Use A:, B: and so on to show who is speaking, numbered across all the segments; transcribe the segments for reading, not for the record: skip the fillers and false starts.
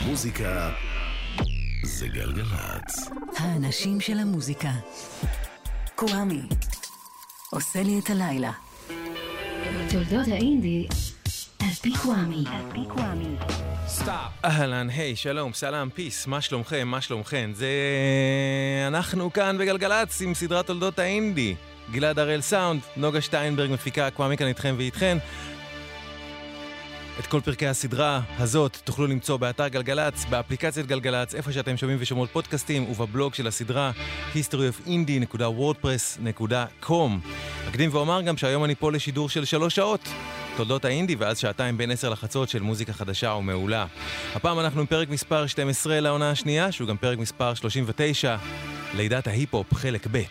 A: מוזיקה זה גלגלצ.
B: האנשים של המוזיקה. קוואמי עושה לי את הלילה.
C: תולדות האינדי על פי קוואמי.
D: אהלן, היי, שלום, סלאם, פיס, מה שלומכם, מה שלומכם? זה אנחנו כאן בגלגלצ עם סדרת תולדות האינדי. גלעד הראל סאונד, נוגה שטיינברג מפיקה, קוואמי כאן איתכם ואיתכן. את כל פרקי הסדרה הזאת תוכלו למצוא באתר גלגלצ, באפליקציית גלגלצ, איפה שאתם שומעים ושומעות פודקאסטים, ובבלוג של הסדרה historyofindie.wordpress.com. אקדים ואומר גם שהיום אני פה לשידור של 3 שעות, תולדות האינדי, ואז שעתיים בין 10 לחצות של מוזיקה חדשה ומעולה. הפעם אנחנו עם פרק מספר 12 לעונה השנייה, שהוא גם פרק מספר 39, לידת ההיפ-הופ חלק ב'.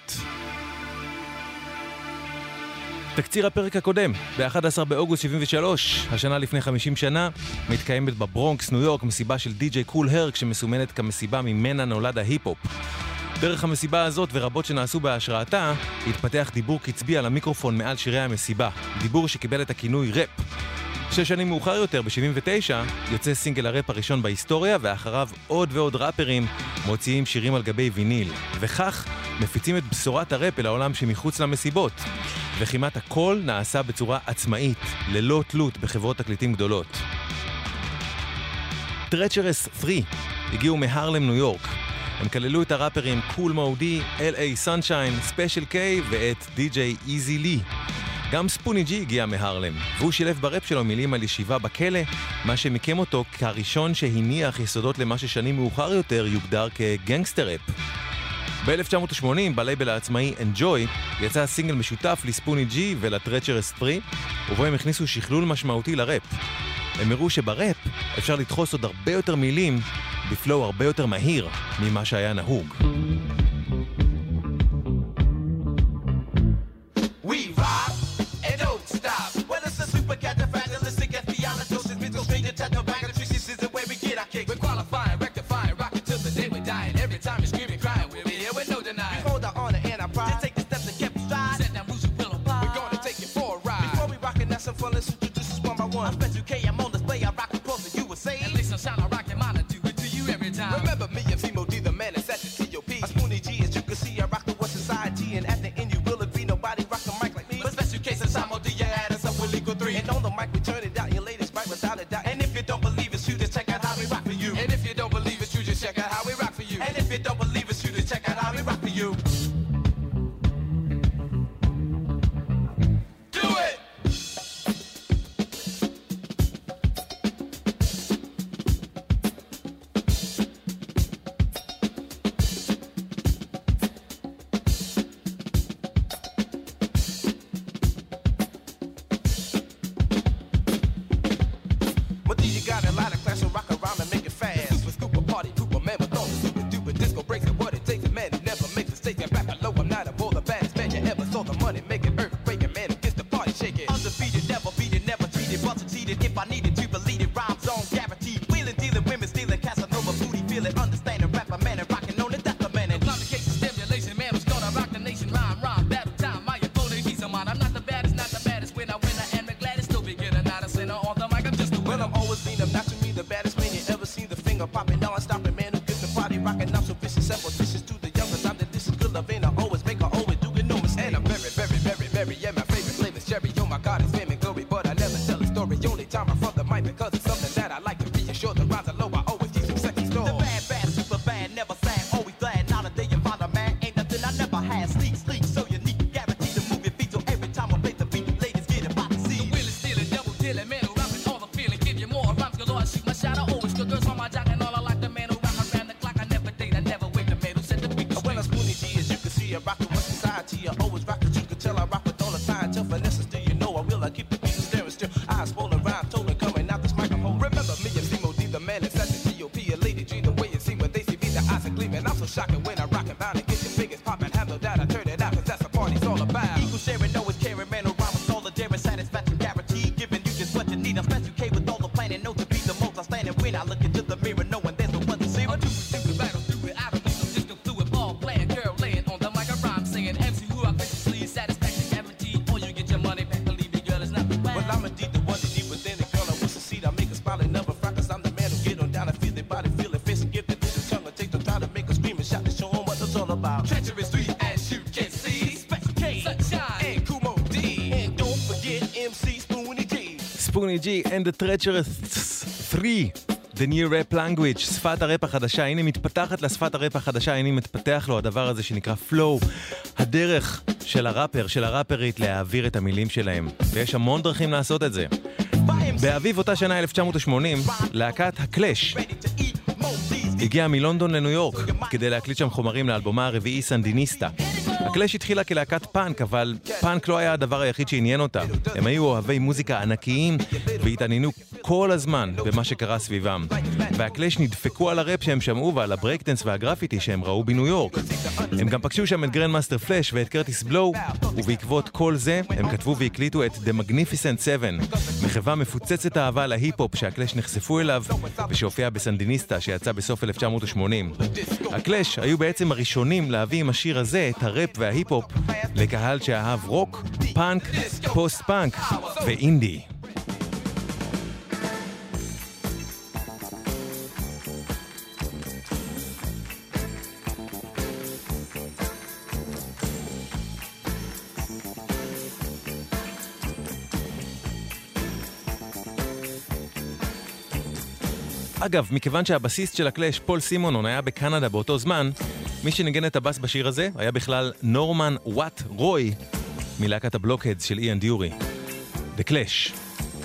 D: תקציר הפרק הקודם, ב-11 באוגוסט 73, השנה לפני 50 שנה, מתקיימת בברונקס, ניו יורק, מסיבה של די.ג'יי קול הרק, שמסומנת כמסיבה ממנה נולד ההיפ-הופ. דרך המסיבה הזאת ורבות שנעשו בהשראתה, התפתח דיבור קצבי על המיקרופון מעל שירי המסיבה, דיבור שקיבל את הכינוי ראפ. 6 שנים מאוחר יותר, ב-79, יוצא סינגל הראפ הראשון בהיסטוריה, ואחריו עוד ועוד ראפרים מוציאים שירים על גבי ויניל, וכך מפיצים את בשורת הראפ אל העולם שמחוץ למסיבות. וכמעט הכל נעשה בצורה עצמאית, ללא תלות בחברות תקליטים גדולות. טרצ'רס 3 הגיעו מהרלם, ניו יורק. הם כללו את הראפרים קול מאודי, L.A. Sunshine, ספיישל קיי ואת די.ג'יי איזי לי. גם ספוני ג'י הגיע מהרלם, והוא שילב בראפ שלו מילים על ישיבה בכלא, מה שמיקם אותו כראשון שהניח יסודות למה ששנים מאוחר יותר יוגדר כגנגסטר ראפ. ב-1980, בלייבל העצמאי Enjoy, יצא סינגל משותף לספוני ג'י ולטרצ'רס 3, ובו הם הכניסו שכלול משמעותי לראפ. הם הראו שבראפ אפשר לדחוס עוד הרבה יותר מילים, בפלואו הרבה יותר מהיר ממה שהיה נהוג.
E: Remember me and Fimo D, the man that's at the TOP. Spoonie G, as you can see, I rock the West Society, and at the end you will agree nobody rock the mic like me. But special cases, I'm on D, you add us up with legal 3. And on the mic we turn it out, your ladies right without a doubt. And if you don't believe us, you just check out how we rock for you. And if you don't believe us, you just check out how we rock for you. And if you don't believe us, you just check out how we rock for you. Do it! Body
D: ספוני ג'י and the Treacherous 3, The New Rap Language, שפת הראפ החדשה. הנה מתפתחת לשפת הראפ החדשה, הנה מתפתח לו הדבר הזה שנקרא flow, הדרך של הראפר, של הראפרית להעביר את המילים שלהם. ויש המון דרכים לעשות את זה. באביב אותה שנה 1980, להקת הקלאש הגיעה מלונדון לניו יורק כדי להקליט שם חומרים לאלבומה הרביעי סנדיניסטה. הקלאש התחילה כלהקת פאנק, אבל פאנק לא היה הדבר היחיד שעניין אותה. הם היו אוהבי מוזיקה ענקיים והתעניינו כל הזמן במה שקרה סביבם. והקלאש נדפקו על הראפ שהם שמעו ועל הברייקדנס והגרפיטי שהם ראו בניו יורק. הם גם פגשו שם את גרנדמאסטר פלאש ואת קרטיס בלו, ובעקבות כל זה הם כתבו והקליטו את The Magnificent Seven, מחווה מפוצצת אהבה להיפ-הופ שהקלאש נחשפו אליו ושהופיע בסנדיניסטה שיצא בסוף 1980. הקלאש היו בעצם הראשונים להביא עם השיר הזה את הראפ וההיפ-הופ לקהל שאהב רוק, פאנק, פוסט-פאנק ואינדי. אגב, מכיוון שהבסיסט של הקלאש, פול סימונון, היה בקנדה באותו זמן, מי שניגן את הבאס בשיר הזה היה בכלל נורמן וואט רוי מלהקת הבלוקהדס של איאן דיורי. The Clash.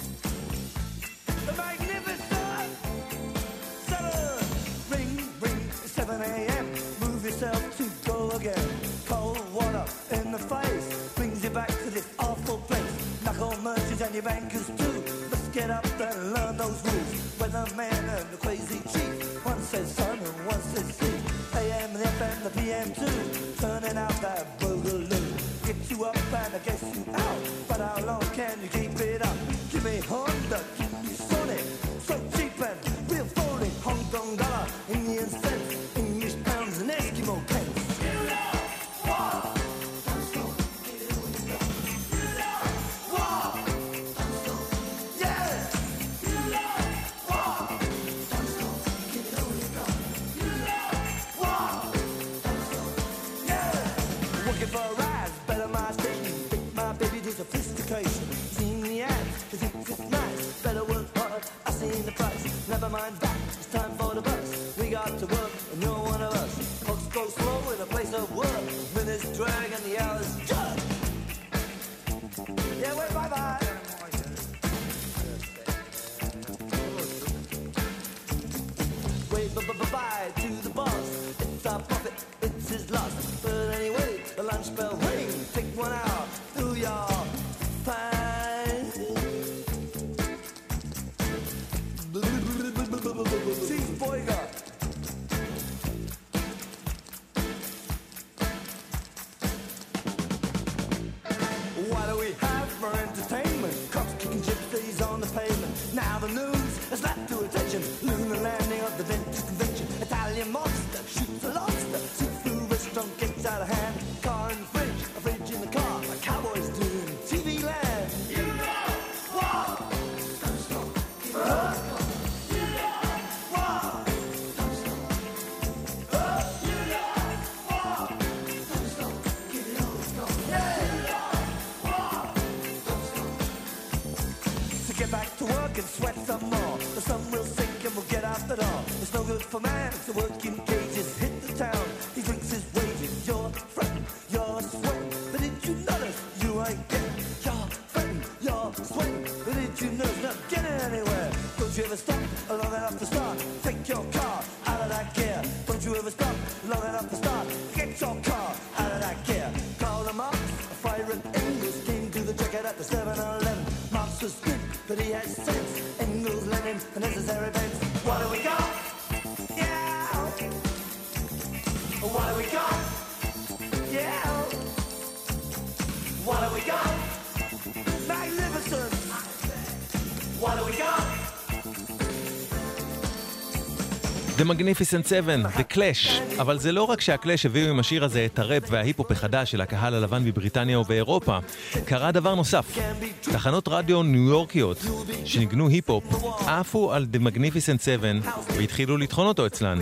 D: The Magnificent Seven, The Clash. אבל זה לא רק שהקלאש הביאו עם השיר הזה את הראפ וההיפ-הופ החדש של הקהל הלבן בבריטניה ובאירופה. קרה דבר נוסף. תחנות רדיו ניו יורקיות שניגנו היפ-הופ עפו על The Magnificent Seven והתחילו לטחון אותו אצלן.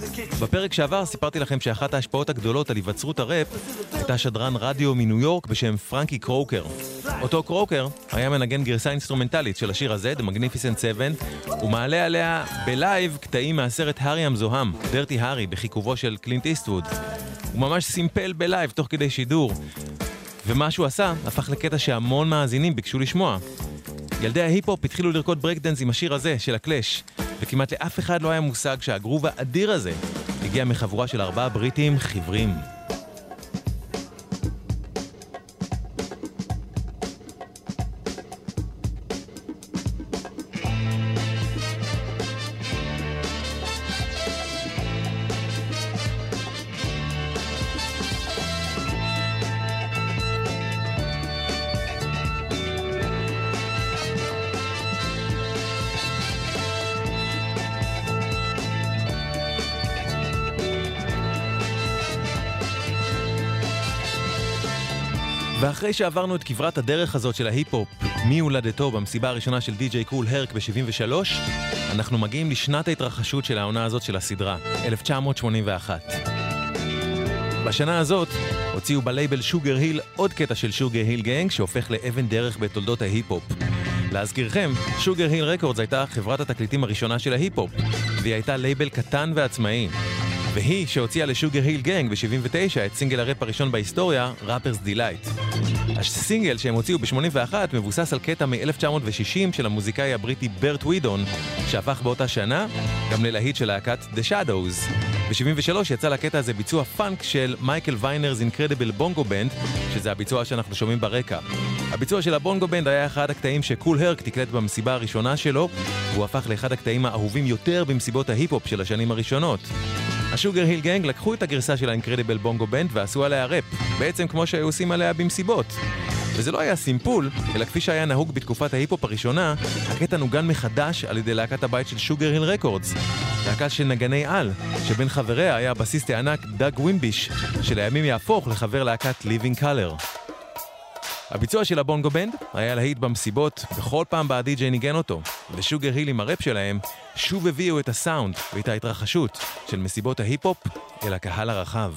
D: בפרק שעבר סיפרתי לכם שאחת ההשפעות הגדולות על היווצרות הראפ הייתה שדרן רדיו מניו יורק בשם פרנקי קרוקר. אותו קרוקר היה מנגן גרסה אינסטרומנטלית של השיר הזה, The Magnificent Seven, ומעלה עליה בלייב קטעים מהסרט הארי המזוהם, דרטי הארי, בחיכובו של קלינט איסטווד. הוא ממש סימפל בלייב תוך כדי שידור, ומה שהוא עשה הפך לקטע שהמון מאזינים ביקשו לשמוע. ילדי ההיפ-הופ התחילו לרקוד ברקדנס עם השיר הזה של הקלאש, וכמעט לאף אחד לא היה מושג שהגרוב האדיר הזה הגיע מחבורה של 4 בריטים חיוורים. ואחרי שעברנו את כברת הדרך הזאת של ההיפ-הופ מהולדתו במסיבה הראשונה של די.ג'יי קול הרק ב-73, אנחנו מגיעים לשנת ההתרחשות של העונה הזאת של הסדרה, 1981. בשנה הזאת הוציאו בלייבל שוגר היל עוד קטע של שוגר היל גנג שהופך לאבן דרך בתולדות ההיפ-הופ. להזכירכם, שוגר היל רקורדס הייתה חברת התקליטים הראשונה של ההיפ-הופ, והיא הייתה לייבל קטן ועצמאי. והיא שהוציאה לשוגר היל גנג ב-79 את סינגל הראפ הראשון בהיסטוריה, ראפרס דילייט. הסינגל שהם הוציאו ב-81 מבוסס על קטע מ-1960 של המוזיקאי הבריטי ברט ווידון, שהפך באותה שנה גם ללהיט של להקת The Shadows. ב-73 יצא לקטע הזה ביצוע פאנק של מייקל ויינר's Incredible Bongo Band, שזה הביצוע שאנחנו שומעים ברקע. הביצוע של הבונגו בנד היה אחד הקטעים שקול הרק תקלט במסיבה הראשונה שלו, והוא הפך לאחד הקטעים האהובים יותר במסיבות ההיפ-הופ של השנים הראשונות. השוגר היל גנג לקחו את הגרסה של האינקרדיבל בונגו בנד ועשו עליה ראפ, בעצם כמו שהיו עושים עליה במסיבות. וזה לא היה סימפול, אלא כפי שהיה נהוג בתקופת ההיפ-הופ הראשונה, הקטע נוגן מחדש על ידי להקת הבית של שוגר היל רקורדס, להקה של נגני על, שבין חבריה היה הבסיסט הענק דאג ווימביש, שלימים יהפוך לחבר להקת Living Color. הביצוע של הבונגו בנד היה להיט במסיבות, בכל פעם בה הדי-ג'יי ניגן אותו, ושוגר היל עם הראפ שלהם שוב הביאו את הסאונד ואת ההתרחשות של מסיבות ההיפ-הופ אל הקהל הרחב.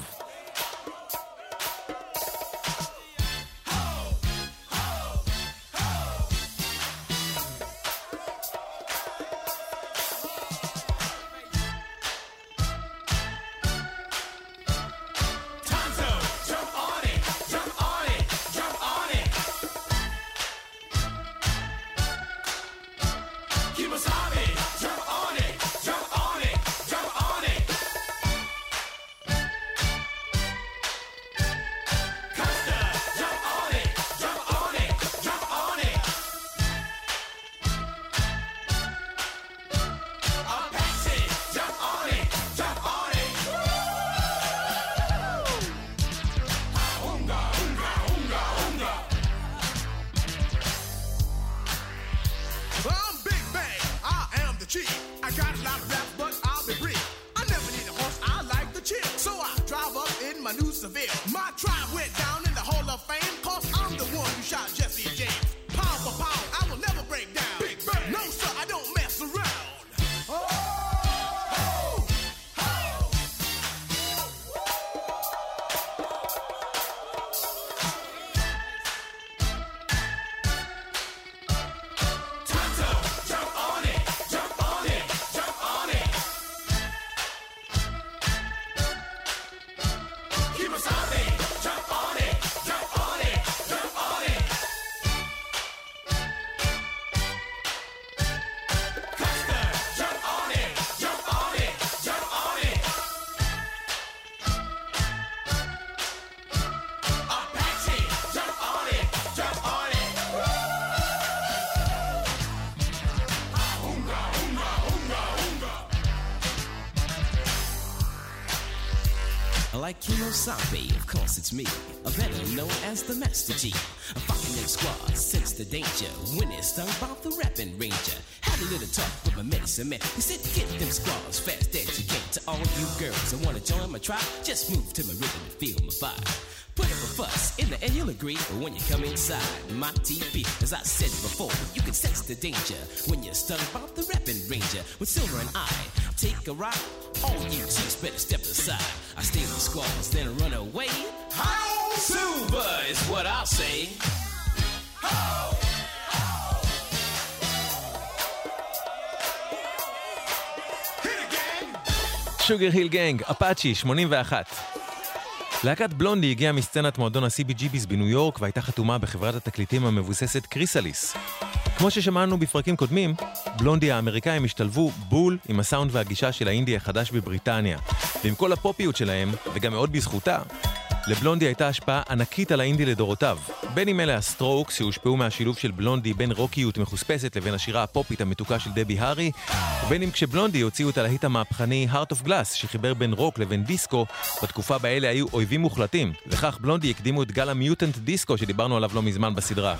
F: Like Kimosabe, of course it's me, a better known as the Master G. I'm fucking them squads, sense the danger, when it's stung by the rapping ranger. Had a little talk with my medicine man, he said get them squads fast as you can. To all you girls that wanna join my tribe, just move to my rhythm and feel my vibe. Put up a fuss, in the end you'll agree, but when you come inside my TV, as I said before, you can sense the danger when you're stung by the rapping ranger. With Silver and I take a ride, all you chicks better step aside. I stay with the squads, then run away. Hi, Silver is what I'll say.
D: שוגר היל גנג, אפאצ'י, 81. להקת בלונדי הגיעה מסצנת מועדון ה-CBGB's בניו יורק והייתה חתומה בחברת התקליטים המבוססת קריסליס. כמו ששמענו בפרקים קודמים, בלונדי האמריקאים השתלבו בול עם הסאונד והגישה של האינדי החדש בבריטניה. ועם כל הפופיות שלהם, וגם מאוד בזכותה, לבלונדי הייתה השפעה ענקית על האינדי לדורותיו. בין אם אלה הסטרוקס שהושפעו מהשילוב של בלונדי בין רוקיות מחוספסת לבין השירה הפופית המתוקה של דבי הארי, ובין אם כשבלונדי הוציאו את הלהיט המהפכני Heart of Glass שחיבר בין רוק לבין דיסקו, בתקופה באלה היו אויבים מוחלטים, וכך בלונדי הקדימו את גל המיוטנט דיסקו שדיברנו עליו לא מזמן בסדרה.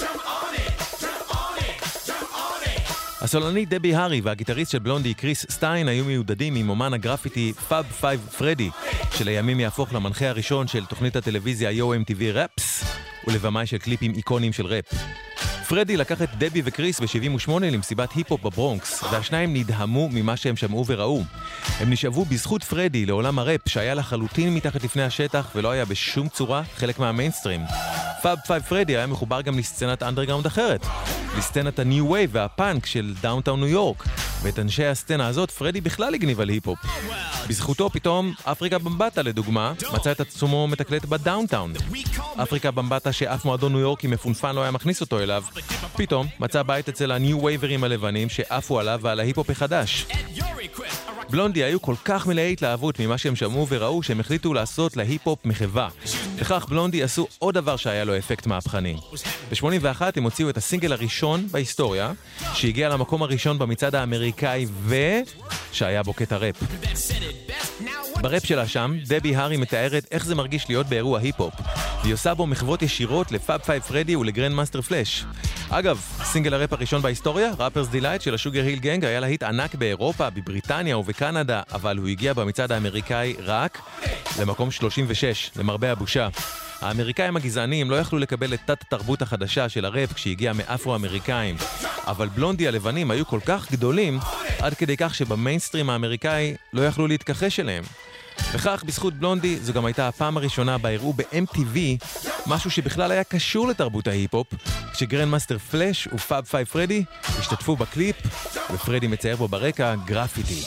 D: הסולנית דבי הארי והגיטריסט של בלונדי קריס סטיין היו מיודדים עם אומן הגרפיטי פאב פייב פרדי, שלימים יהפוך למנחה הראשון של תוכנית הטלוויזיה YoMTV רפס, ולבמאי של קליפים איקונים של רפ. פרדי לקח את דבי וקריס ב-78 למסיבת היפ-הופ בברונקס, והשניים נדהמו ממה שהם שמעו וראו. הם נשאבו בזכות פרדי לעולם הראפ שהיה לחלוטין מתחת לפני השטח ולא היה בשום צורה חלק מהמיינסטרים. פאב פייב פרדי היה מחובר גם לסצנת אנדרגראונד אחרת, לסצנת הניו וייב והפאנק של דאונטאון ניו יורק, ואת אנשי הסצנה הזאת פרדי בכלל הגניב על היפ-הופ. בזכותו פתאום אפריקה במבטה לדוגמה מצא את עצמו מתקלט בדאונטאון. אפריקה במבטה שאף מועדון ניו יורקי מפונפן לא היה מכניס אותו אליו, פתאום מצא בית אצל הניו וייברים הלבנים שעפו עליו ועל ההיפ-הופ החדש. בלונדי היו כל כך מלאי התלהבות ממה שהם שמעו וראו שהם החליטו לעשות להיפ-הופ מחווה. וכך בלונדי עשו עוד דבר שהיה לו אפקט מהפכני. ב-81 הם הוציאו את הסינגל הראשון בהיסטוריה, שהגיע למקום הראשון במצעד האמריקאי שהיה בו קטע ראפ. בראפ שלה שם, דבי הארי מתארת איך זה מרגיש להיות באירוע היפ-הופ. והיא עושה בו מחוות ישירות לפאב פייב פרדי ולגרנד מאסטר פלאש. אגב, סינגל הראפ הראשון בהיסטוריה, ראפרס דילייט של השוגר היל גנג, היה להיט ענק באירופה, בבריטניה ובקנדה, אבל הוא הגיע במצעד האמריקאי רק למקום 36, למרבה הבושה. האמריקאים הגזעניים לא יכלו לקבל את תת התרבות החדשה של הראפ כשהגיע מאפרו-אמריקאים, אבל בלונדי הלבנים היו כל כך גדולים עד כדי כך שבמיינסטרים האמריקאי לא יכלו להתכחש אליהם. וכך, בזכות בלונדי, זו גם הייתה הפעם הראשונה בהראו ב-MTV, משהו שבכלל היה קשור לתרבות ההיפ-הופ, כשגרנד מאסטר פלאש ופאב פייב פרדי השתתפו בקליפ, ופרדי מצייר בו ברקע גרפיטי.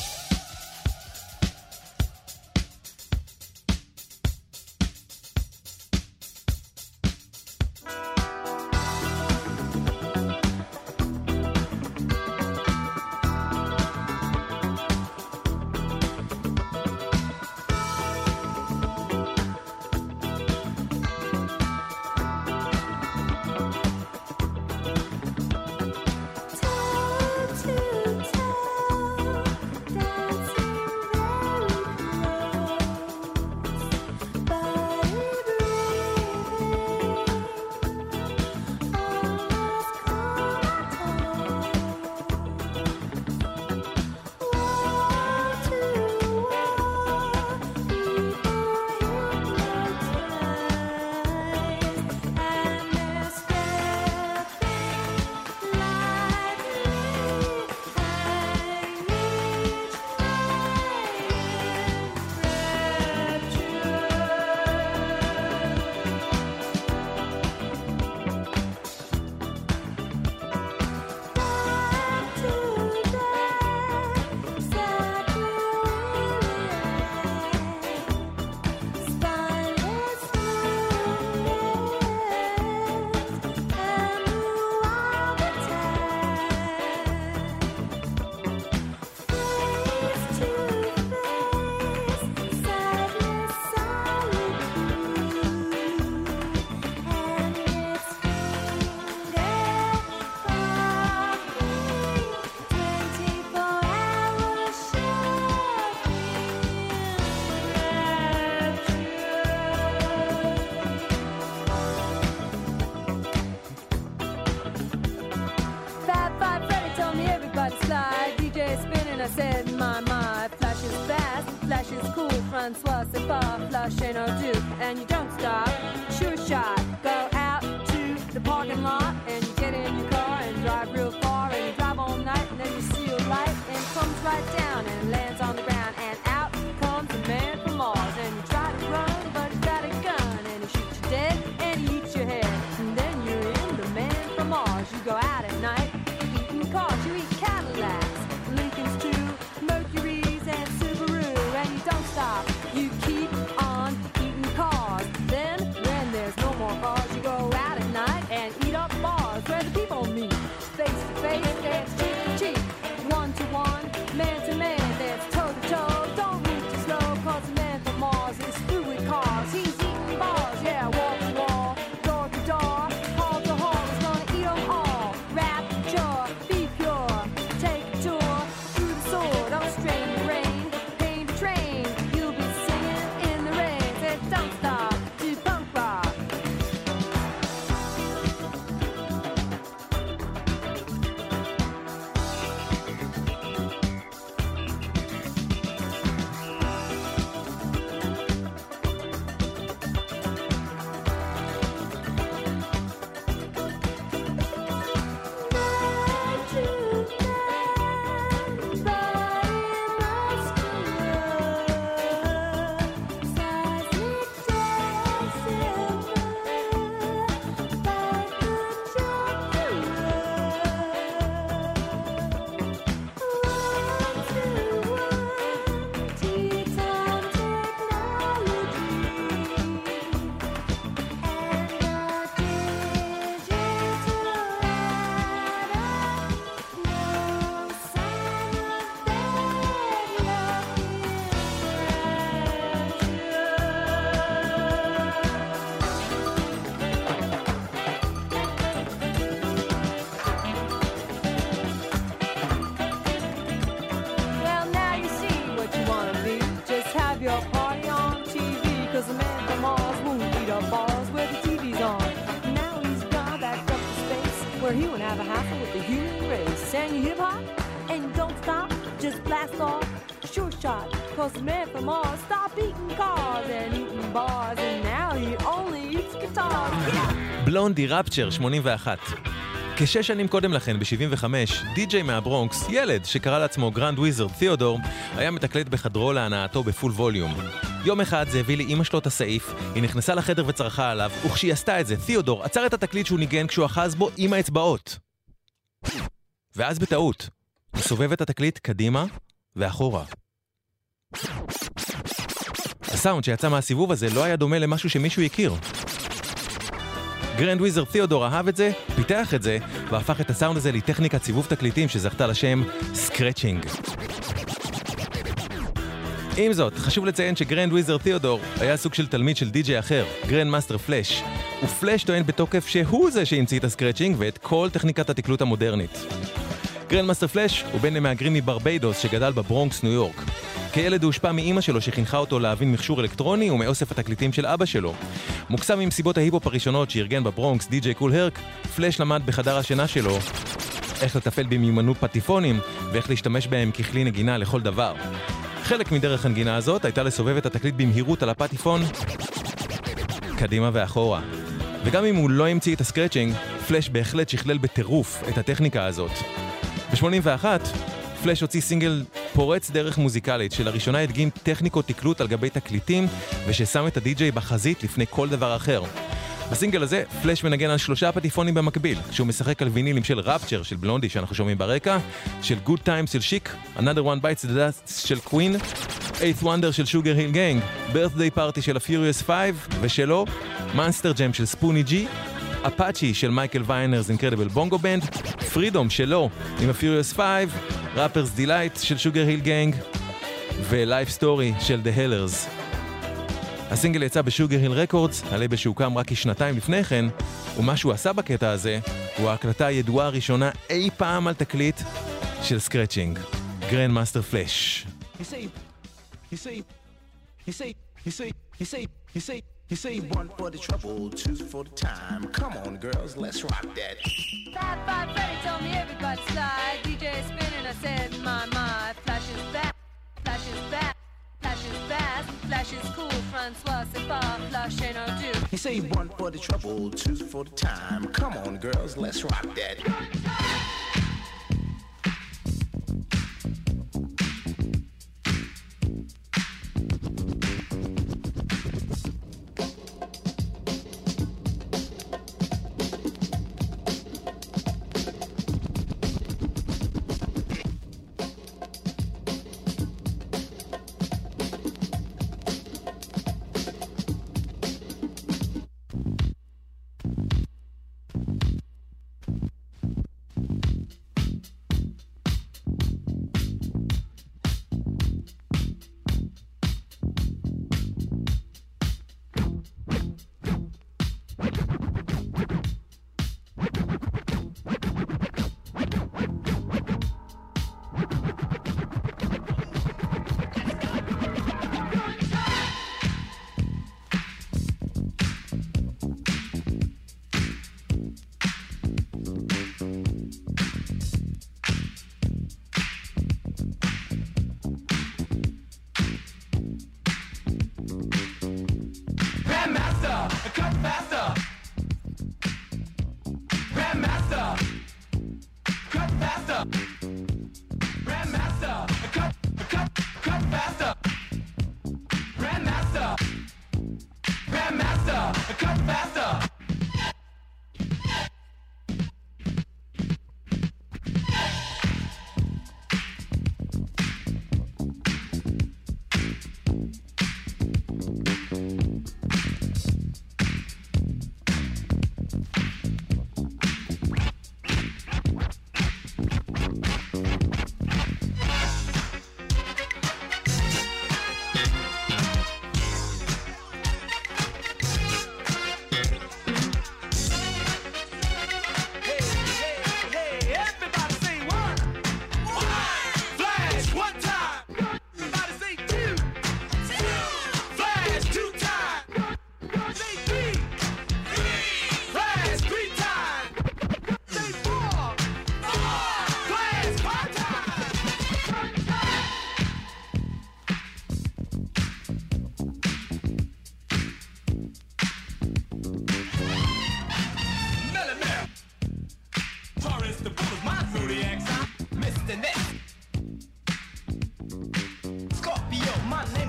G: Francois, c'est pas flashing or do, and you don't stop. Sure shot, go out to the parking lot, and you get in your car and drive real far, and you drive all night, and then you see a light, and it comes right down and lands on the ground, and out comes a man from Mars, and you try to run, but he's got a gun, and he shoots you dead, and he eats your head, and then you're in the man. and you hip hop and you don't stop, just blast off. Sure shot, cause the man from Mars stopped eating cars and eating bars, and now he only eats guitars.
D: בלונדי רפצ'ר 81. כשש שנים קודם לכן, ב-75, די-ג'יי מהברונקס, ילד שקרא לעצמו גרנד וויזרד תיאודור, היה מתקלט בחדרו להנאתו בפול ווליום. יום אחד זה הביא לאמא שלו את הסעיף, היא נכנסה לחדר וצרחה עליו, וכשהיא עשתה את זה, תיאודור עצר את התקליט שהוא ניגן כשהוא אחז בו עם האצבעות. ואז בטעות, הוא סובב את התקליט קדימה ואחורה. הסאונד שיצא מהסיבוב הזה לא היה דומה למשהו שמישהו הכיר. גרנד וויזרד תיאודור אהב את זה, פיתח את זה, והפך את הסאונד הזה לטכניקת סיבוב תקליטים שזכתה לשם סקרצ'ינג. עם זאת, חשוב לציין שגרנד וויזרד תיאודור היה סוג של תלמיד של די-ג'יי אחר, גרנד מאסטר פלאש. ופלאש טוען בתוקף שהוא זה שהמציא את הסקרצ'ינג ואת כל טכניקת התקלוט המודרנית. גרנד מאסטר פלאש הוא בן למהגרים מברביידוס שגדל בברונקס, ניו יורק. כילד הוא הושפע מאמא שלו שחינכה אותו להבין מכשור אלקטרוני ומאוסף התקליטים של אבא שלו. מוקסם ממסיבות ההיפופ הראשונות שארגן בברונקס די-ג'יי קול הרק, פלאש למד בחדר השינה שלו איך לטפל במיומנות פטיפונים ואיך להשתמש בהם ככלי נגינה לכל דבר. חלק מדרך הנגינה הזאת הייתה לסובב את התקליט במהירות על הפטיפון קדימה ואחורה. וגם אם הוא לא המציא את הסקרצ'ינג, פלאש בהחלט שכלל בטירוף את הטכניקה הזאת. ב-81, פלאש הוציא סינגל פורץ דרך מוזיקלית שלראשונה הדגים טכניקות תקלוט על גבי תקליטים וששם את הדי-ג'יי בחזית לפני כל דבר אחר. בסינגל הזה פלאש מנגן על 3 פטיפונים במקביל, כשהוא משחק על וינילים של רפצ'ר של בלונדי שאנחנו שומעים ברקע, של Good Times של שיק, Another One Bites the Dust של קווין, Eighth Wonder של Sugar Hill Gang, Birthday Party של ה-Furious 5 ושלו, Monster Jam של ספוני ג'י, Apache של מייקל ויינר's Incredible Bongo Band, Freedom שלו עם ה-Furious 5, Rapper's Delight של Sugar Hill Gang ו-Life Story של The Hellers. הסינגל יצא בשוגר היל רקורדס, הלייבל שהוקם רק כשנתיים לפני כן, ומה שהוא עשה בקטע הזה הוא ההקלטה הידועה הראשונה אי פעם על תקליט של סקרצ'ינג, גרנד מאסטר פלאש.
H: You say one for the trouble, two for the time. Come on, girls, let's rock that.
G: 5-5 Freddy told me everybody slide. DJ spinning, I said, my, Flash is back, Flash is back, Flash is fast, Flash is cool, Francois, c'est pas, Flash ain't no do.
H: You say one for the trouble, two for the time. Come on, girls, let's rock that.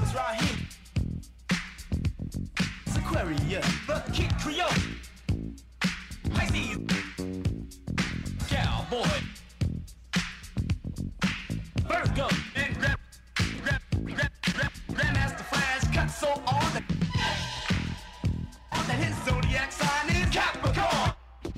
E: Comes Raheem, Aquarius, the Kid Creole, Pisces, Cowboy, Virgo, and Grandmaster Flash cut so on that his zodiac sign is Capricorn.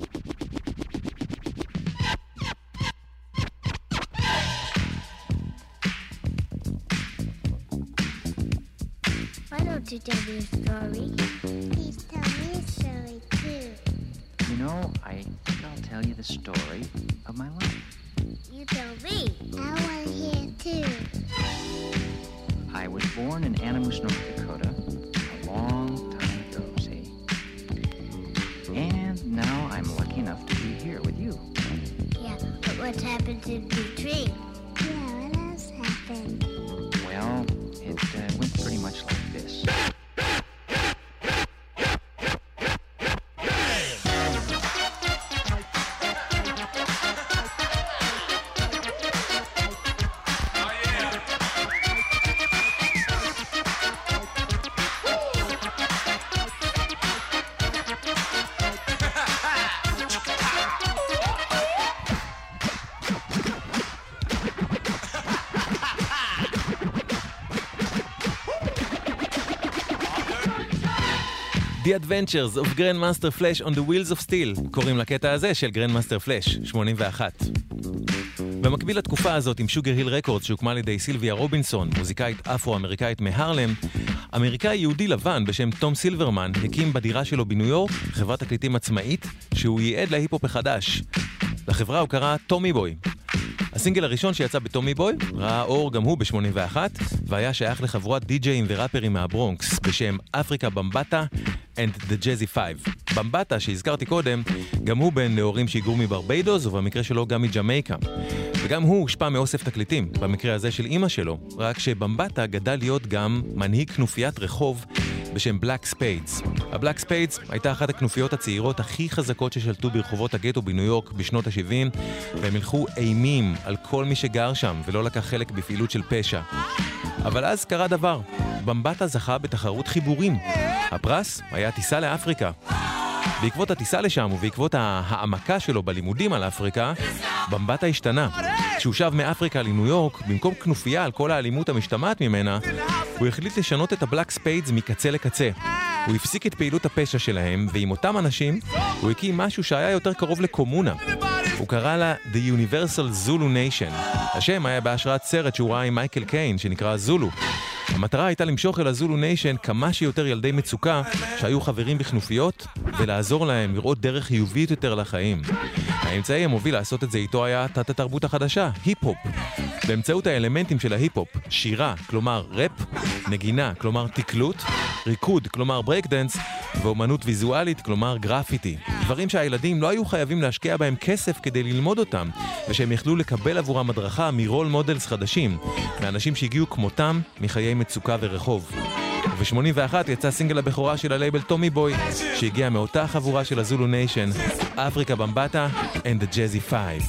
I: Why don't you tell me a story? Please tell me a story too.
J: You know, I think I'll tell you the story of my life.
I: You tell me. I want to hear too.
J: I was born in Animus, North Dakota, a long time ago, see? And now I'm lucky enough to be here with you.
I: Yeah, but what's happened to the tree? Yeah, what else happened?
J: Well, it went pretty much like this.
D: The Adventures of Grandmaster Flash on the Wheels of Steel, קוראים לקטע הזה של Grandmaster Flash, 81. במקביל לתקופה הזאת עם שוגר היל רקורדס שהוקמה על ידי סילביה רובינסון, מוזיקאית אפרו-אמריקאית מהרלם, אמריקאי יהודי לבן בשם תום סילברמן הקים בדירה שלו בניו יורק חברת תקליטים עצמאית שהוא ייעד להיפ-הופ החדש. לחברה הוא קרא טומי בוי. הסינגל הראשון שיצא בטומי בוי ראה אור גם הוא ב-81 והיה שייך לחבורת די-ג'אים וראפרים מהברונקס בשם אפריקה במבטה and the Jazzy Five. במבטה שהזכרתי קודם גם הוא בין נאורים שהיגרו מברביידוס ובמקרה שלו גם מג'מייקה. וגם הוא הושפע מאוסף תקליטים, במקרה הזה של אמא שלו, רק שבמבטה גדל להיות גם מנהיג כנופיית רחוב בשם בלק ספיידס. הבלק ספיידס הייתה אחת הכנופיות הצעירות הכי חזקות ששלטו ברחובות הגטו בניו יורק בשנות ה-70, והם הלכו אימים על כל מי שגר שם ולא לקח חלק בפעילות של פשע. אבל אז קרה דבר, במבטה זכה בתחרות חיבורים. הפרס היה טיסה לאפריקה. בעקבות הטיסה לשם ובעקבות העמקה שלו בלימודים על אפריקה, במבטה השתנה. כשהוא שב מאפריקה לניו יורק, במקום כנופיה על כל האלימות המשתמעת ממנה, הוא החליט לשנות את הבלק ספיידס מקצה לקצה. הוא הפסיק את פעילות הפשע שלהם, ועם אותם אנשים הוא הקים משהו שהיה יותר קרוב לקומונה. הוא קרא לה The Universal Zulu Nation. השם היה בהשראת סרט שהוא ראה עם מייקל קיין שנקרא זולו. המטרה הייתה למשוך אל הזולו ניישן כמה שיותר ילדי מצוקה שהיו חברים בכנופיות ולעזור להם לראות דרך חיובית יותר לחיים. האמצעי המוביל לעשות את זה איתו היה תת התרבות החדשה, היפ-הופ. באמצעות האלמנטים של ההיפ-הופ, שירה, כלומר רפ, נגינה, כלומר תקלות, ריקוד, כלומר ברייקדנס, ואומנות ויזואלית, כלומר גרפיטי. דברים שהילדים לא היו חייבים להשקיע בהם כסף כדי ללמוד אותם, ושהם יכלו לקבל עבורם הדרכה מרול מודלס חדשים, מאנשים שהגיעו כמותם מחיי מצוקה ורחוב. וב-81 יצא סינגל הבכורה של הלייבל טומי בוי, שהגיע מאותה חבורה של הזולו ניישן, אפריקה במבטה and the Jazzy Five.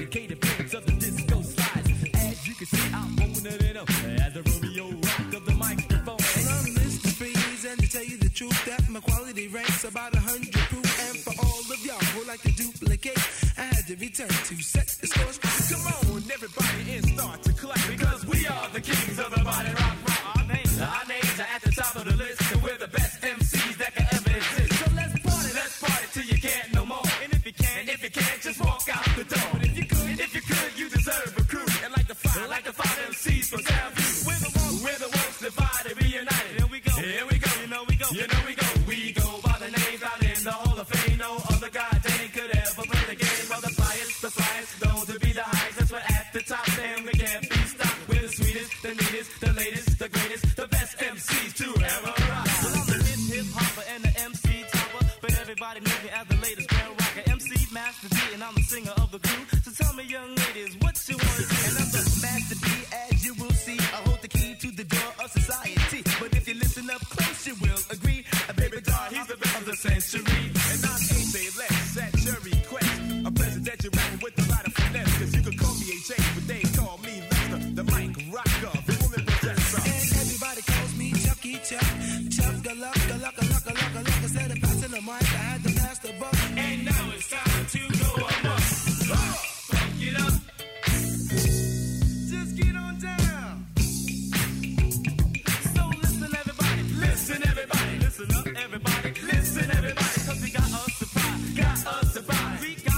E: As the Romeo rock of the mic.
K: like to duplicate. I had to return to set the scores.
E: Come on, everybody, and start to clap, because we are the kings of the body rock. Our names are at the top of the list, and we're the best MCs that can ever exist. So let's party till you can't no more. And if you can't, just walk out the door. And if you could, you deserve a crew. And like the five MCs from Townview, we're the ones divided, reunited. Here we go, you know we go. We go by the names out in the Hall of Fame. No other goddamn could ever play the game. Well, the flyest, known to be the highest. That's we're at the top, and we can't be stopped. We're the sweetest, the neatest, the latest, the greatest, the best MCs to ever rock. Well, I'm the hip hopper and the MC topper, but everybody knows me as the latest grand rocker. MC Master D, and I'm the singer of the crew. So tell me, young ladies, what you want to do? And I'm the Master D, as you will see. I hold the key to the door of society. But if you listen up close, you will agree. A baby doll, he's the best of the century. And I'm AJ Lex, at your request. A presidential rapper with a lot of finesse. Cause you could call me AJ, but they call me Lester, the mic rocker, the woman possessor.
K: And everybody calls me Chucky Chuck. Chuck the luck. Instead of passing the mic, I had to pass the buck.
E: And now it's time to go amok. Funk it up. Just get on down. So listen everybody. Listen up everybody. Listen everybody. Cause we got us surprise. We got us surprise.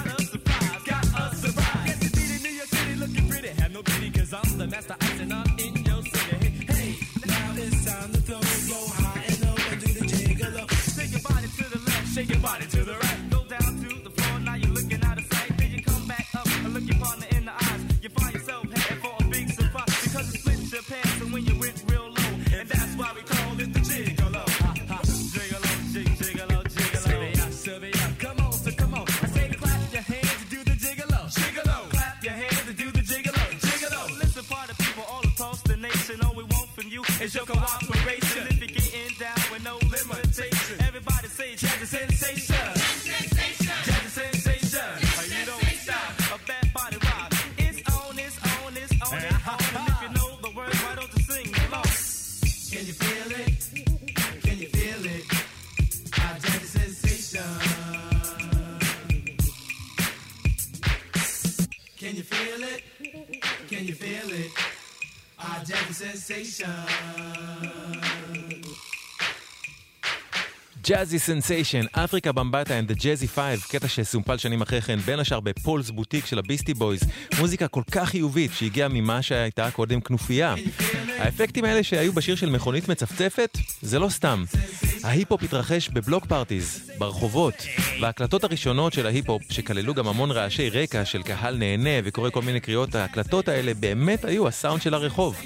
E: Yes, you did in New York City looking pretty. Have no pity cause I'm the master icing up in your city. Hey,
K: now it's time to throw it, go high and low and do the jiggle up.
E: shake your body to the left, shake your body to the right. Go down to the floor, now you're looking out of sight. Then you come back up and look your partner in the eyes. You find yourself heading for a big surprise because you split your pants and when you went real low. And that's why we call it the gigolo. Gigolo, gigolo. Sylvia, come on. I say clap your hands to do the gigolo. Clap your hands to do the gigolo. Listen, party people all across the nation. All we want from you is your cooperation. If you're getting down with no limitation, everybody say jazz sensation. Jazz sensation. You don't stop. A bad body rock. It's on. And if you know the words, why don't you sing along? Can you feel it? Our jazz sensation. Can you feel it? Our jazz sensation.
D: ג'אזי סנסיישן, אפריקה במבטה and the Jazzy 5, קטע שסומפל שנים אחרי כן, בין השאר בפולס בוטיק של הביסטי בויז, מוזיקה כל כך חיובית שהגיעה ממה שהייתה קודם כנופיה. האפקטים האלה שהיו בשיר של מכונית מצפצפת, זה לא סתם. ההיפ-הופ התרחש בבלוק פארטיז, ברחובות, וההקלטות הראשונות של ההיפ-הופ, שכללו גם המון רעשי רקע של קהל נהנה וקורא כל מיני קריאות, ההקלטות האלה באמת היו הסאונד של הרחוב.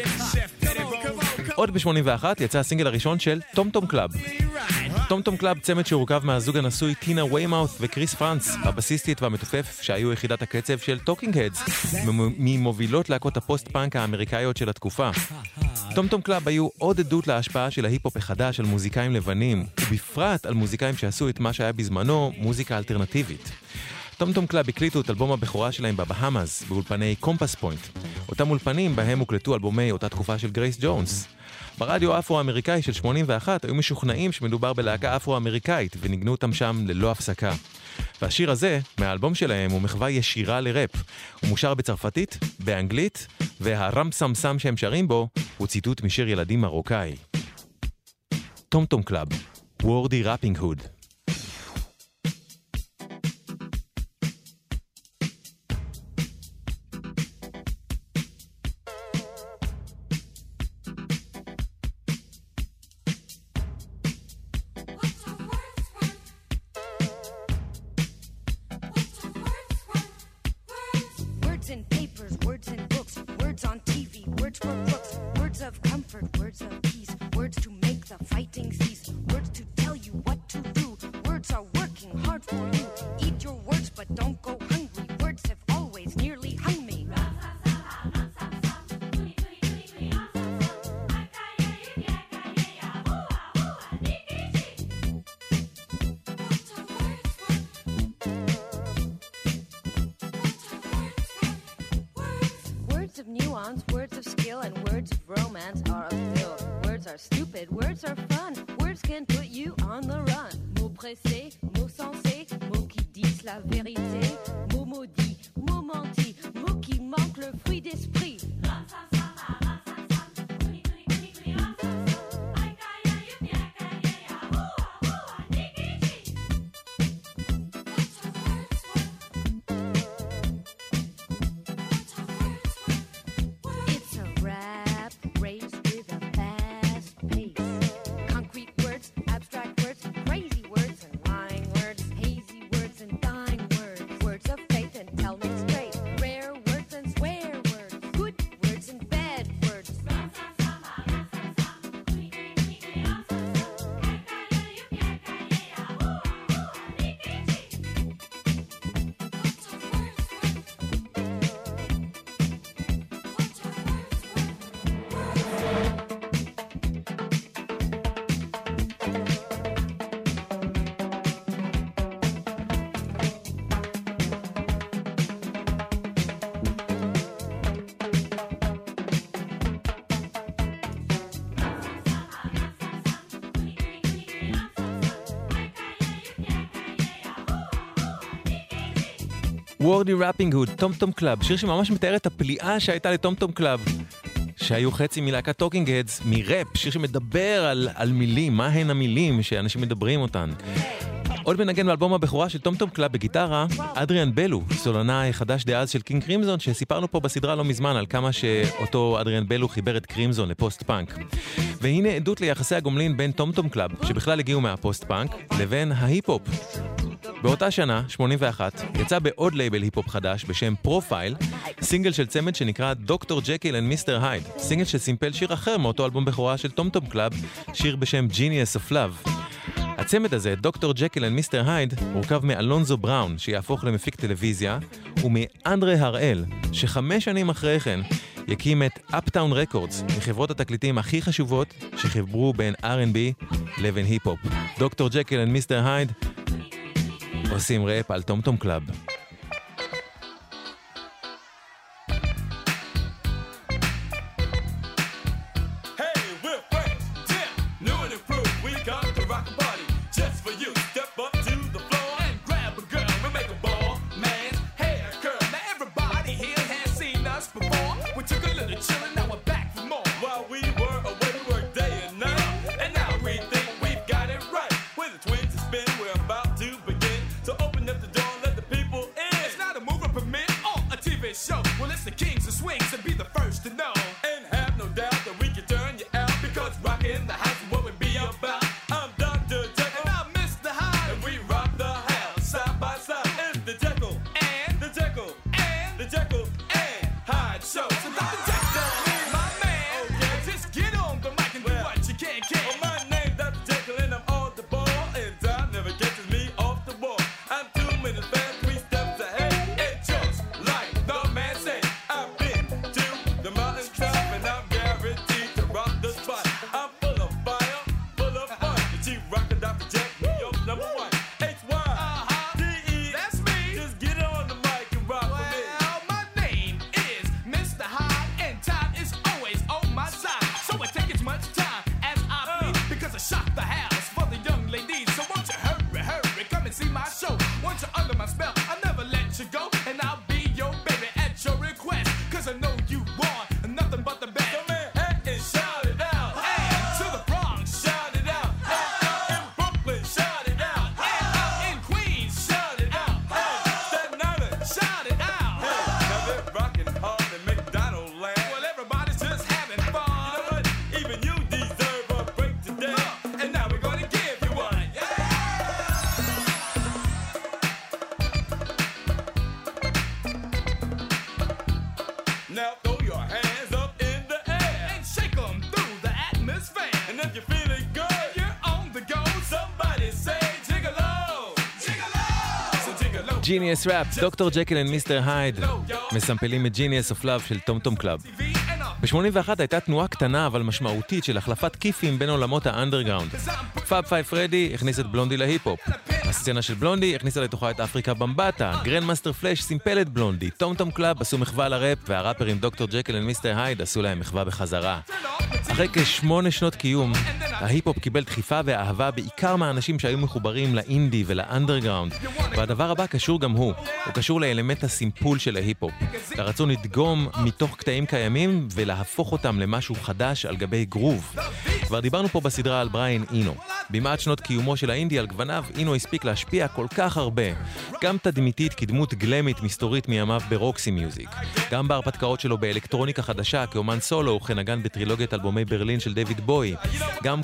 D: עוד ב-81 יצא הסינגל הראשון של טום טום קלאב. טום טום קלאב, צמד שהורכב מהזוג הנשוי טינה ויימאות' וקריס פרנס, הבסיסטית והמתופף שהיו יחידת הקצב של טוקינג הדס, ממובילות להקות הפוסט-פאנק האמריקאיות של התקופה. טום טום קלאב היו עוד עדות להשפעה של ההיפ-הופ החדש על מוזיקאים לבנים, ובפרט על מוזיקאים שעשו את מה שהיה בזמנו מוזיקה אלטרנטיבית. טום טום קלאב הקליטו את אלבום הבכורה שלהם בבהאמאס, באולפני קומפס פוינט. אותם אולפנים בהם הוקלטו אלבומי אותה תקופה של גרייס ג'ונס. ברדיו האפרו-אמריקאי של 81 היו משוכנעים שמדובר בלהקה אפרו-אמריקאית וניגנו אותם שם ללא הפסקה. והשיר הזה, מהאלבום שלהם, הוא מחווה ישירה לראפ. הוא מושר בצרפתית, באנגלית, והרם סם סם שהם שרים בו הוא ציטוט משיר ילדים מרוקאי. טום טום קלאב, וורדי ראפינג הוד.
L: Words of skill and words of romance are a pill. Words are stupid, words are fun. Words can put you on the run. Mots pressés, mots sensés, mots qui disent disent la vérité. Mots maudits, mots mentis, mots qui manquent le fruit d'esprit. It's a rap race with a fast pace. Concrete words, abstract words, crazy words and lying words, hazy words and dying words, words of faith and tell me straight, rare words and swear words, good words and bad words.
D: וורדי ראפינג הוד, טום טום קלאב, שיר שממש מתאר את הפליאה שהייתה לטום טום קלאב, שהיו חצי מלהקת טוקינג הדס, מראפ, שיר שמדבר על מילים, מה הן המילים שאנשים מדברים אותן. עוד מנגן באלבום הבכורה של טום טום קלאב בגיטרה, אדריאן בלו, סולנאי חדש דאז של קינג קרימזון, שסיפרנו פה בסדרה לא מזמן על כמה שאותו אדריאן בלו חיבר את קרימזון לפוסט פאנק. והנה עדות ליחסי הגומלין בין טום טום קלאב, שבכלל הגיעו מהפוסט פאנק, לבין ההיפ-הופ. באותה שנה, 81, יצא בעוד לייבל היפ-הופ חדש בשם פרופייל, סינגל של צמד שנקרא דוקטור ג'קיל and מיסטר הייד, סינגל שסימפל שיר אחר מאותו אלבום בכורה של טום טום קלאב, שיר בשם Genius of Love. הצמד הזה, דוקטור ג'קיל and מיסטר הייד, מורכב מאלונזו בראון, שיהפוך למפיק טלוויזיה, ומאנדרה הראל, ש5 שנים אחרי כן יקים את אפטאון רקורדס, מחברות התקליטים הכי חשובות שחיברו בין R&B לבין היפ-הופ. דוקטור ג'קיל and מיסטר הייד עושים ראפ על טום טום קלאב. Genius Rap, דוקטור ג'קיל and מיסטר הייד מסמפלים את Genius of Love של טום טום קלאב. ב-81 הייתה תנועה קטנה אבל משמעותית של החלפת כיפים בין עולמות האנדרגראונד. פאב פייב פרדי הכניס את בלונדי להיפ-הופ. הסצנה של בלונדי הכניסה לתוכה את אפריקה במבטה, גרנד מאסטר פלאש סימפל את בלונדי, טום טום קלאב עשו מחווה לראפ, והראפרים דוקטור ג'קיל and מיסטר הייד עשו להם מחווה בחזרה. אחרי כ8 שנות קיום, ההיפ-הופ קיבל דחיפה ואהבה בעיקר מהאנשים שהיו מחוברים לאינדי ולאנדרגראונד, והדבר הבא קשור גם הוא קשור לאלמנט הסימפול של ההיפ-הופ, לרצון לדגום מתוך קטעים קיימים ולהפוך אותם למשהו חדש על גבי גרוב. כבר דיברנו פה בסדרה על בריין אינו. במעט שנות קיומו של האינדי על גווניו, אינו הספיק להשפיע כל כך הרבה, גם תדמיתית כדמות גלמית מסתורית מימיו ברוקסי מיוזיק, גם בהרפתקאות שלו באלקטרוניקה חדשה כאומן סולו וכנגן בטרילוגיית אלבומי ברלין של דיוויד בוי, גם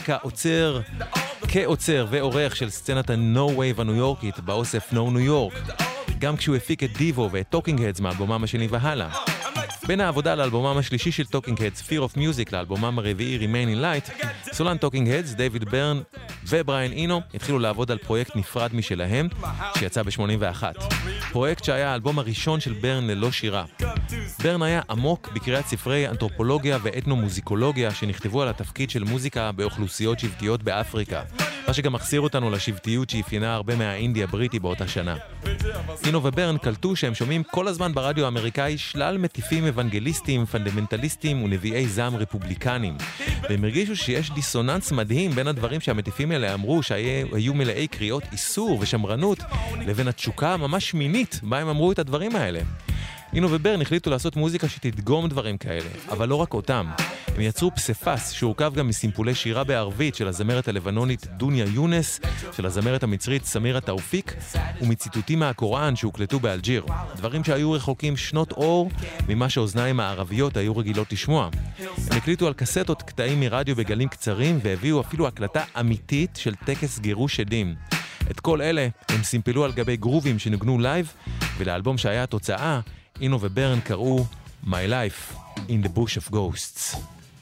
D: כעוצר ועורך של סצנת ה-No Wave הניו יורקית באוסף No New York, גם כשהוא הפיק את דיבו ואת טוקינג הדס מאלבומם השני והלאה. בין העבודה לאלבומם השלישי של טוקינג הדס, Fear of Music, לאלבומם הרביעי Remain in Light, סולן טוקינג הדס, דיוויד ברן ובריין אינו התחילו לעבוד על פרויקט נפרד משלהם שיצא ב-81. פרויקט שהיה האלבום הראשון של ברן ללא שירה. ברן היה עמוק בקריאת ספרי אנתרופולוגיה ואתנומוזיקולוגיה שנכתבו על התפקיד של מוזיקה באוכלוסיות שבטיות באפריקה, מה שגם מחזיר אותנו לשבטיות שאפיינה הרבה מהאינדי הבריטי באותה שנה. אינו וברן קלטו שהם שומעים כל הזמן ברדיו האמריקאי שלל מטיפים אוונגליסטים, פונדמנטליסטים ונביאי זעם רפובליקנים, והם הרגישו שיש דיסוננס מדהים בין הדברים שהמטיפים האלה אמרו שהיו מלאי קריאות איסור ושמרנות, לבין התשוקה ממש מינית בה הם אמרו את הדברים האלה. אינו וברן החליטו לעשות מוזיקה שתדגום דברים כאלה, אבל לא רק אותם. הם יצרו פספס שהורכב גם מסימפולי שירה בערבית של הזמרת הלבנונית דוניה יונס, של הזמרת המצרית סמירה תאופיק, ומציטוטים מהקוראן שהוקלטו באלג'יר. דברים שהיו רחוקים שנות אור ממה שאוזניים הערביות היו רגילות לשמוע. הם הקליטו על קסטות קטעים מרדיו בגלים קצרים והביאו אפילו הקלטה אמיתית של טקס גירוש עדים. את כל אלה הם סימפלו על גבי גרובים שנגנו לייב, ולאלבום שהיה התוצאה, אינו וברן קראו My Life in the Bush of Ghosts.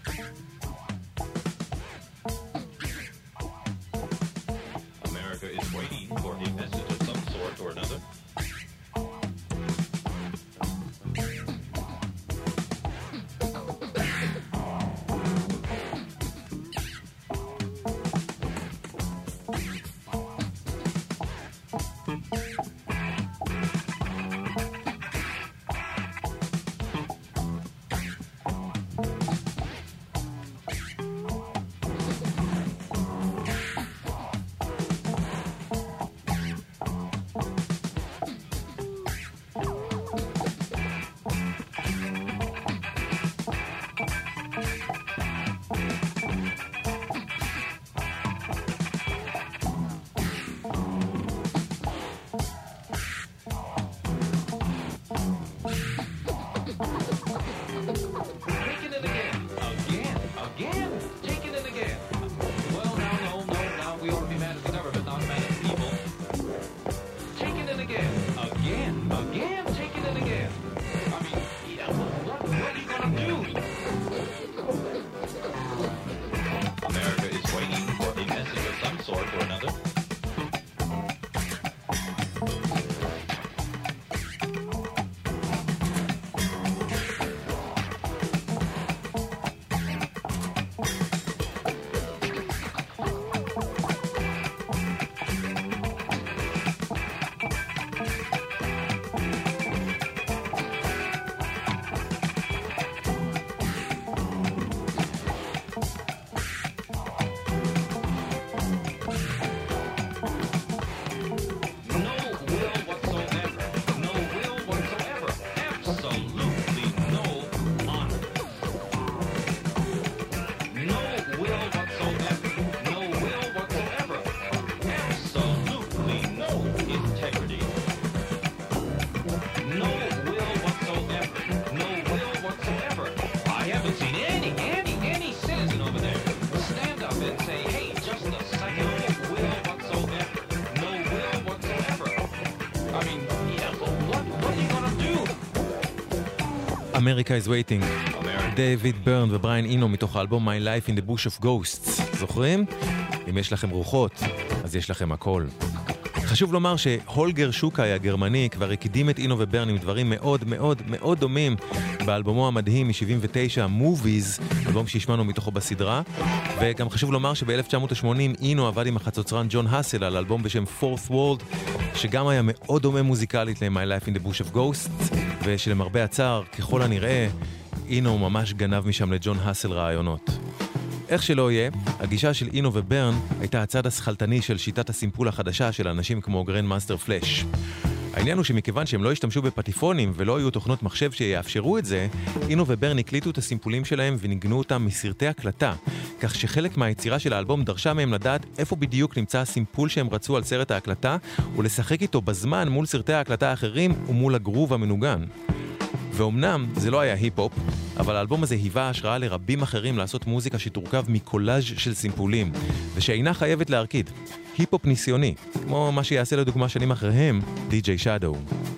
M: America is waiting for a message of some sort or another.
D: America is waiting. דיוויד ברן ובריין אינו מתוך האלבום My Life in the Bush of Ghosts. זוכרים? אם יש לכם רוחות, אז יש לכם הכל. חשוב לומר שהולגר שוקאי הגרמני כבר הקדים את אינו וברן עם דברים מאוד מאוד מאוד דומים באלבומו המדהים מ-79, Movies, אלבום שהשמענו מתוכו בסדרה. וגם חשוב לומר שב-1980 אינו עבד עם החצוצרן ג'ון האסל על אלבום בשם Fourth World, שגם היה מאוד דומה מוזיקלית ל-My Life in the Bush of Ghosts, ושלמרבה הצער, ככל הנראה, אינו ממש גנב משם לג'ון האסל רעיונות. איך שלא יהיה, הגישה של אינו וברן הייתה הצד הסחלטני של שיטת הסימפול החדשה של אנשים כמו גרנד מאסטר פלאש. העניין הוא שמכיוון שהם לא השתמשו בפטיפונים ולא היו תוכנות מחשב שיאפשרו את זה, אינו וברן הקליטו את הסימפולים שלהם וניגנו אותם מסרטי הקלטה, כך שחלק מהיצירה של האלבום דרשה מהם לדעת איפה בדיוק נמצא הסימפול שהם רצו על סרט ההקלטה, ולשחק איתו בזמן מול סרטי ההקלטה האחרים ומול הגרוב המנוגן. ואומנם זה לא היה היפ-הופ, אבל האלבום הזה היווה השראה לרבים אחרים לעשות מוזיקה שתורכב מקולאז' של סימפולים, ושאינה חייבת להרקיד. היפ-הופ ניסיוני, כמו מה שיעשה לדוגמה שנים אחריהם, די.ג'יי שדו.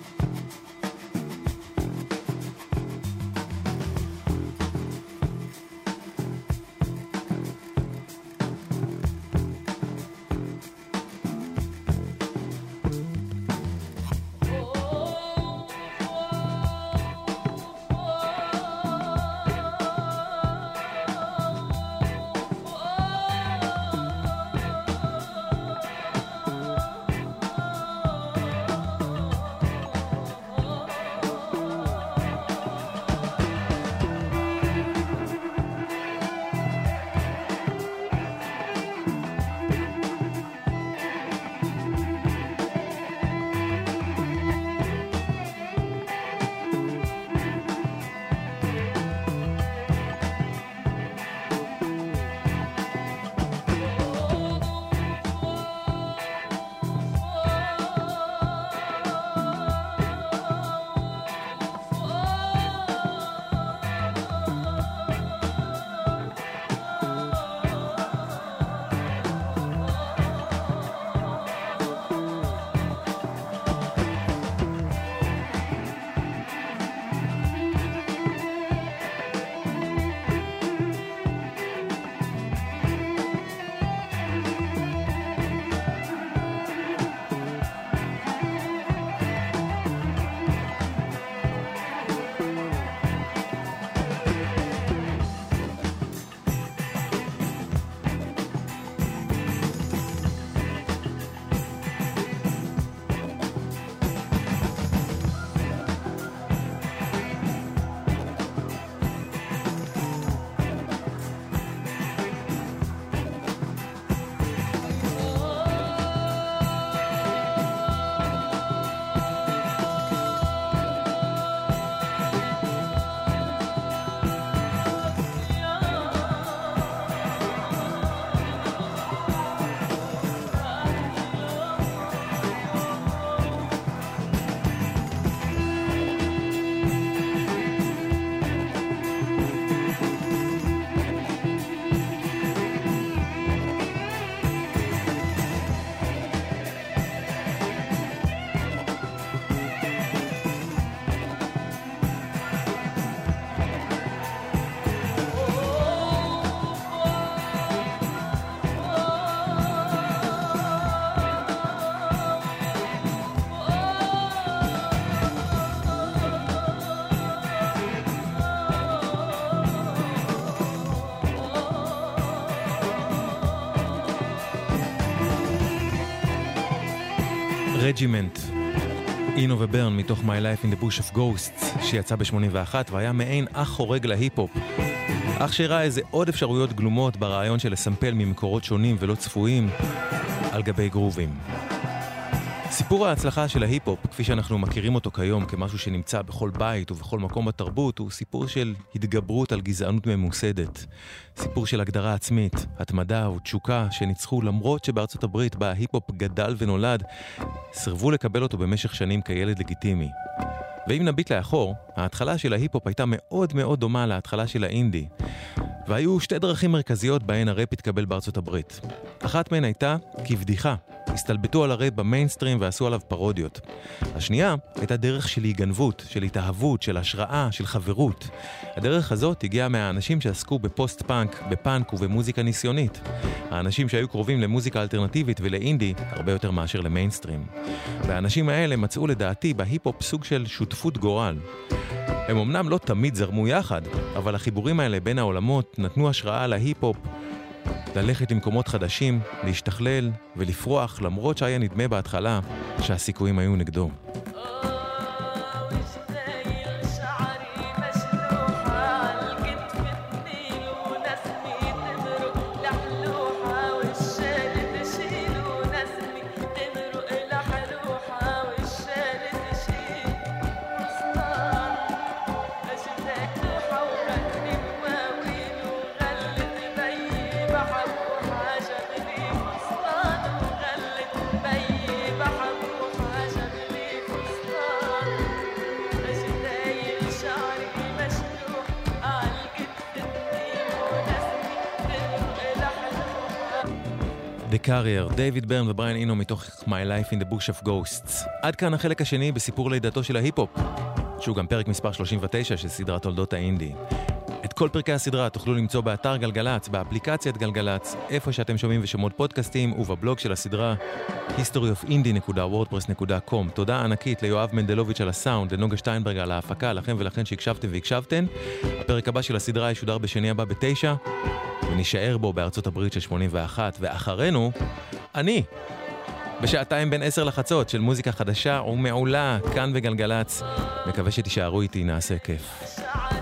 D: רג'ימנט, אינו וברן מתוך My Life in the Bush of Ghosts, שיצא ב-81 והיה מעין אח חורג להיפ-הופ. אח שראה איזה עוד אפשרויות גלומות ברעיון של לסמפל ממקורות שונים ולא צפויים על גבי גרובים. סיפור ההצלחה של ההיפ-הופ, כפי שאנחנו מכירים אותו כיום כמשהו שנמצא בכל בית ובכל מקום בתרבות, הוא סיפור של התגברות על גזענות ממוסדת. סיפור של הגדרה עצמית, התמדה ותשוקה שניצחו למרות שבארצות הברית בה ההיפ-הופ גדל ונולד, סרבו לקבל אותו במשך שנים כילד לגיטימי. ואם נביט לאחור, ההתחלה של ההיפ-הופ הייתה מאוד מאוד דומה להתחלה של האינדי. והיו שתי דרכים מרכזיות בהן הראפ התקבל בארצות הברית. אחת מהן הייתה כבדיחה. הסתלבטו על הראפ במיינסטרים ועשו עליו פרודיות. השנייה הייתה דרך של היגנבות, של התאהבות, של השראה, של חברות. הדרך הזאת הגיעה מהאנשים שעסקו בפוסט-פאנק, בפאנק ובמוזיקה ניסיונית. האנשים שהיו קרובים למוזיקה אלטרנטיבית ולאינדי הרבה יותר מאשר למיינסטרים. והאנשים האלה מצאו לדעתי בהיפ-הופ סוג של שותפות גורל. הם אמנם לא תמיד זרמו יחד, אבל החיבורים האלה בין העולמות נתנו השראה להיפ-הופ ללכת למקומות חדשים, להשתכלל ולפרוח, למרות שהיה נדמה בהתחלה שהסיכויים היו נגדו. The Carrier, דיוויד ברן ובריין אינו מתוך My Life in the Bush of Ghosts. עד כאן החלק השני בסיפור לידתו של ההיפ-הופ, שהוא גם פרק מספר 39 של סדרת תולדות האינדי. את כל פרקי הסדרה תוכלו למצוא באתר גלגלץ, באפליקציית גלגלץ, איפה שאתם שומעים ושומעות פודקאסטים, ובבלוג של הסדרה historyofindie.wordpress.com. תודה ענקית ליואב מנדלוביץ' על הסאונד, לנוגה שטיינברג על ההפקה, לכם ולכן שהקשבתם והקשבתן. הפרק הבא של הסדרה ישודר בשני הבא ב-9, ונשאר בו בארצות הברית של 81, ואחרינו, אני, בשעתיים בין 10 לחצות של מוזיקה חדשה ומעולה כאן בגלגלץ. מקווה שתישארו איתי, נעשה כיף.